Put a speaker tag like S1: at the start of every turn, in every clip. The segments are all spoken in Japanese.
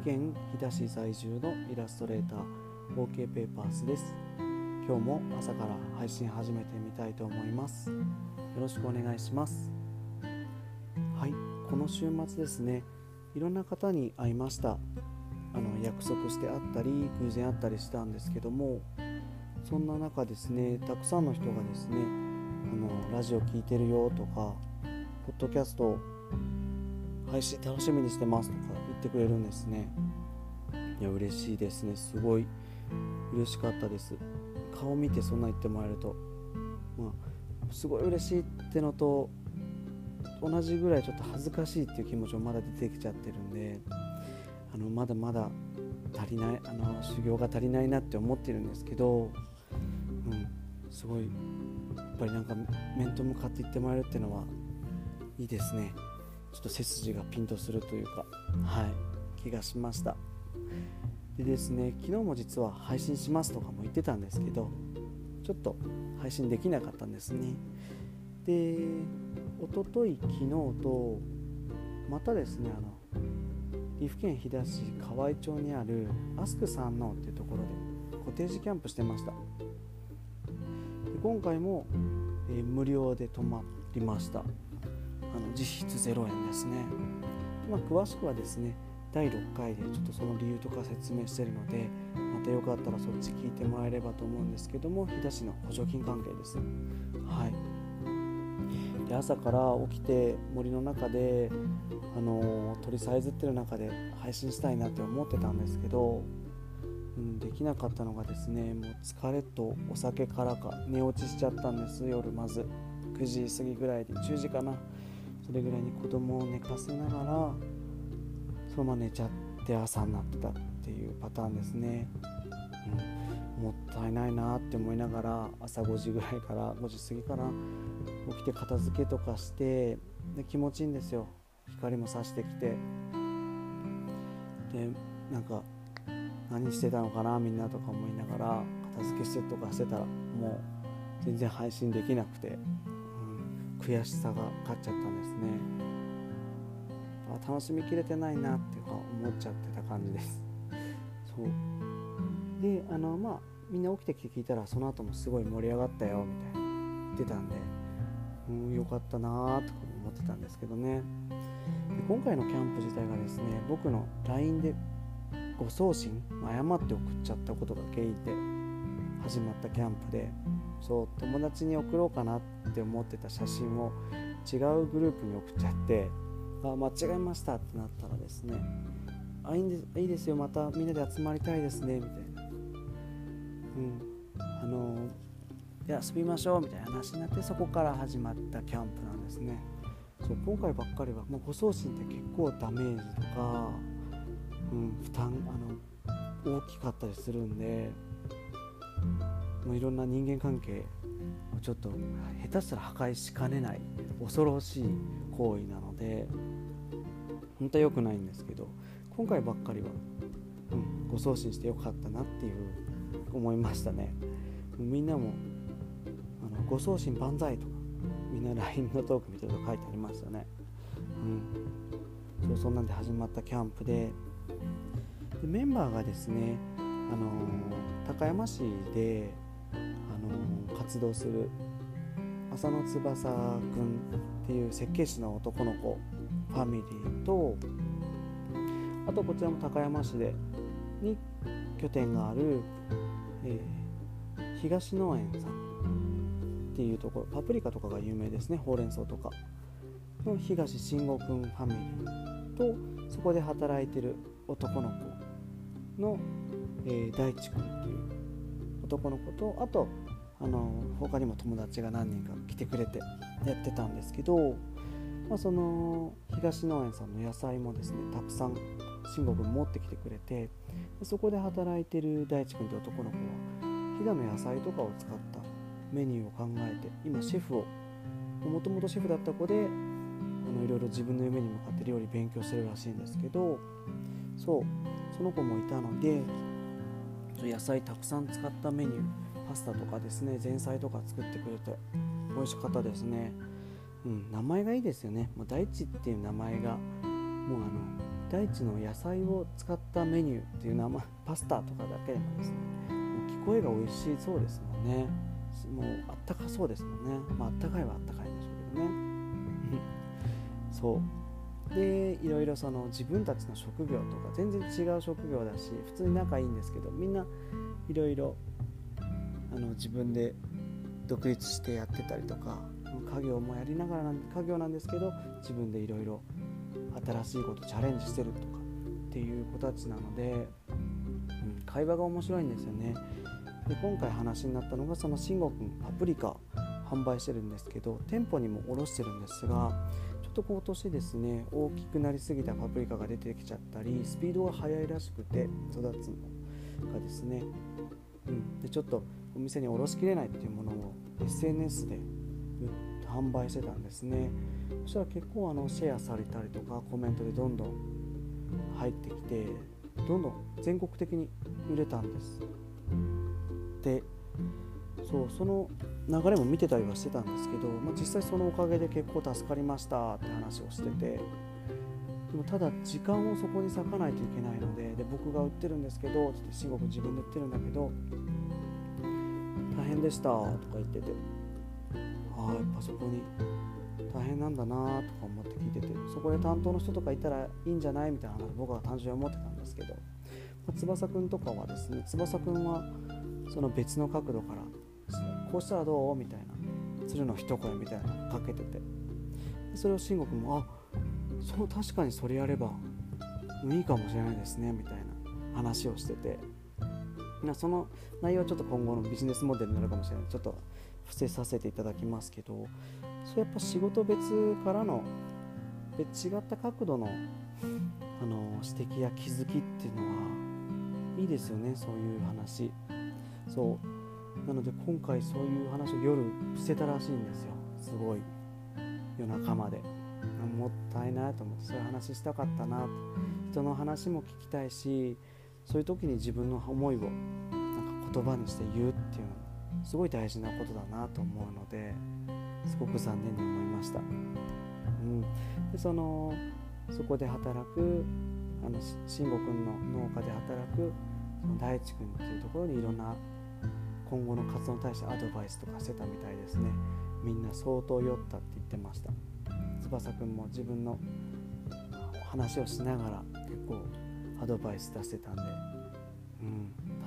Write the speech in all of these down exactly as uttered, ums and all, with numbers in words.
S1: 県飛騨市在住のイラストレーター オーケー ペーパースです。今日も朝から配信始めてみたいと思います。よろしくお願いします。はい、この週末ですね、いろんな方に会いました。あの約束して会ったり偶然会ったりしたんですけども、そんな中ですね、たくさんの人がですね、あのラジオ聞いてるよとか、ポッドキャスト配信楽しみにしてますとか言ってくれるんですね。いや嬉しいですね。すごい嬉しかったです。顔見てそんな言ってもらえると、まあ、すごい嬉しいってのと同じぐらいちょっと恥ずかしいっていう気持ちもまだ出てきちゃってるんで、あのまだまだ足りないあの修行が足りないなって思ってるんですけど、うん、すごいやっぱりなんか面と向かって言ってもらえるっていうのはいいですね。ちょっと背筋がピンとするというか、はい、気がしました。でですね、昨日も実は配信しますとかも言ってたんですけど、ちょっと配信できなかったんですね。で、一昨日昨日とまたですね、あの岐阜県飛騨市河合町にあるアスク山王っていうところでコテージキャンプしてました。で今回も、えー、無料で泊まりました。あの実質ゼロえんですね。まあ、詳しくはですねだいろっかいでちょっとその理由とか説明しているので、またよかったらそっち聞いてもらえればと思うんですけども、飛騨市の補助金関係です。はい。で朝から起きて森の中で、あのー、鳥さえずってる中で配信したいなって思ってたんですけど、うん、できなかったのがですね、もう疲れとお酒からか寝落ちしちゃったんです。夜まずくじ過ぎぐらいで、じゅうじかな、それぐらいに子供を寝かせながらそのまま寝ちゃって朝になってたっていうパターンですね。うん、もったいないなって思いながら朝ごじぐらいからごじ過ぎから起きて片付けとかして、で気持ちいいんですよ。光も差してきて、でなんか何してたのかなみんなとか思いながら片付けしてとかしてたら、もう全然配信できなくて、悔しさが勝っちゃったんですね。あ、楽しみきれてないなっていうか思っちゃってた感じです。そうで、あのまあみんな起きてきて聞いたら、その後もすごい盛り上がったよみたいな言ってたんで、うん、よかったなとか思ってたんですけどね。で今回のキャンプ自体がですね、僕の ライン で誤送信誤って送っちゃったことが原因で始まったキャンプで、そう友達に送ろうかなって思ってた写真を違うグループに送っちゃって、あ間違えましたってなったらですね、あいいんです、いいですよ、またみんなで集まりたいですねみたいな、うんあので遊びましょうみたいな話になって、そこから始まったキャンプなんですね。そう今回ばっかりはもう誤送信って結構ダメージとか、うん、負担あの大きかったりするんで、もういろんな人間関係をちょっと下手したら破壊しかねない恐ろしい行為なので、本当は良くないんですけど、今回ばっかりは、うん、誤送信してよかったなっていう思いましたね。みんなもあの誤送信万歳とかみんな ライン のトーク見てると書いてありましたね。うん、そうそんなんで始まったキャンプで、でメンバーがですね、あの高山市であの活動する浅野翼くんっていう設計士の男の子ファミリーと、あとこちらも高山市でに拠点がある、えー、東農園さんっていうところ、パプリカとかが有名ですね、ほうれん草とかの東慎吾くんファミリーと、そこで働いてる男の子の、えー、大地くんっていう男の子と、あとあの他にも友達が何人か来てくれてやってたんですけど、まあ、その東農園さんの野菜もですねたくさん慎吾くん持ってきてくれて、そこで働いてる大地くんと男の子は飛騨の野菜とかを使ったメニューを考えて、今シェフをもともとシェフだった子で、あのいろいろ自分の夢に向かって料理勉強してるらしいんですけど、そうその子もいたので、野菜たくさん使ったメニュー、パスタとかですね、前菜とか作ってくれて美味しかったですね。うん、名前がいいですよね。もう大地っていう名前がもうあの大地の野菜を使ったメニューっていうのは、まあ、パスタとかだけでもですね、もう聞こえが美味しそうですもんね。もうあったかそうですもんね。まああったかいはあったかいんでしょうけどねそうで、いろいろその自分たちの職業とか全然違う職業だし、普通に仲いいんですけど、みんないろいろあの自分で独立してやってたりとか、家業もやりながらなん家業なんですけど、自分でいろいろ新しいことチャレンジしてるとかっていう子たちなので、うん、会話が面白いんですよね。で今回話になったのが、その慎吾くんパプリカ販売してるんですけど、店舗にも卸してるんですが、ちょっと今年ですね、大きくなりすぎたパプリカが出てきちゃったり、スピードが速いらしくて育つのがですね、うん、でちょっとお店に卸しきれないっていうものを エスエヌエス で販売してたんですね。そしたら結構あのシェアされたりとかコメントでどんどん入ってきて、どんどん全国的に売れたんです。で、そうその流れも見てたりはしてたんですけど、まあ、実際そのおかげで結構助かりましたって話をしてて、でもただ時間をそこに割かないといけないので、で僕が売ってるんですけどって慎吾君自分で売ってるんだけど大変でしたとか言ってて、ああやっぱそこに大変なんだなとか思って聞いてて、そこで担当の人とかいたらいいんじゃないみたいな話僕は単純に思ってたんですけど、まあ、翼くんとかはですね、翼くんはその別の角度からこうしたらどうみたいな鶴の一声みたいなのをかけてて、それを慎吾くんもあそう確かにそれやればいいかもしれないですねみたいな話をしてて、その内容はちょっと今後のビジネスモデルになるかもしれない、ちょっと伏せさせていただきますけど、それやっぱ仕事別からの別違った角度の、あの指摘や気づきっていうのはいいですよね。そういう話、そうなので今回そういう話を夜してたらしいんですよ。すごい夜中までもったいないと思って、そういう話したかったな、人の話も聞きたいし、そういう時に自分の思いをなんか言葉にして言うっていうのはすごい大事なことだなと思うので、すごく残念に思いました、うん、でそのそこで働くあの慎吾くんの農家で働くその大地くんっていうところにいろんな今後の活動に対してアドバイスとかしてたみたいですね。みんな相当酔ったって言ってました。翼くんも自分の話をしながら結構アドバイス出してたんで、うん、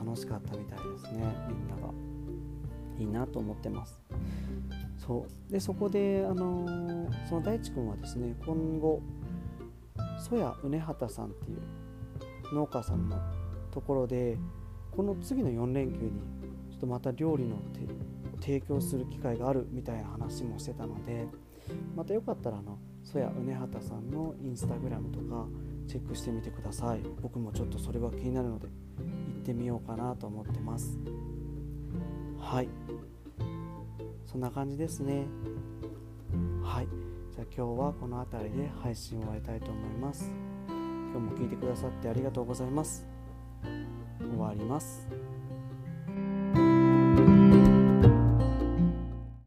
S1: 楽しかったみたいですね。みんながいいなと思ってます。そうでそこで、あのー、その大地くんはですね、今後曽谷畝畑さんっていう農家さんのところでこの次のよん連休にちょっとまた料理の提供する機会があるみたいな話もしてたので、またよかったらあの曽谷畝畑さんのインスタグラムとかチェックしてみてください。僕もちょっとそれは気になるので行ってみようかなと思ってます。はい、そんな感じですね。はい、じゃあ今日はこの辺りで配信を終えたいと思います。今日も聞いてくださってありがとうございます。終わります。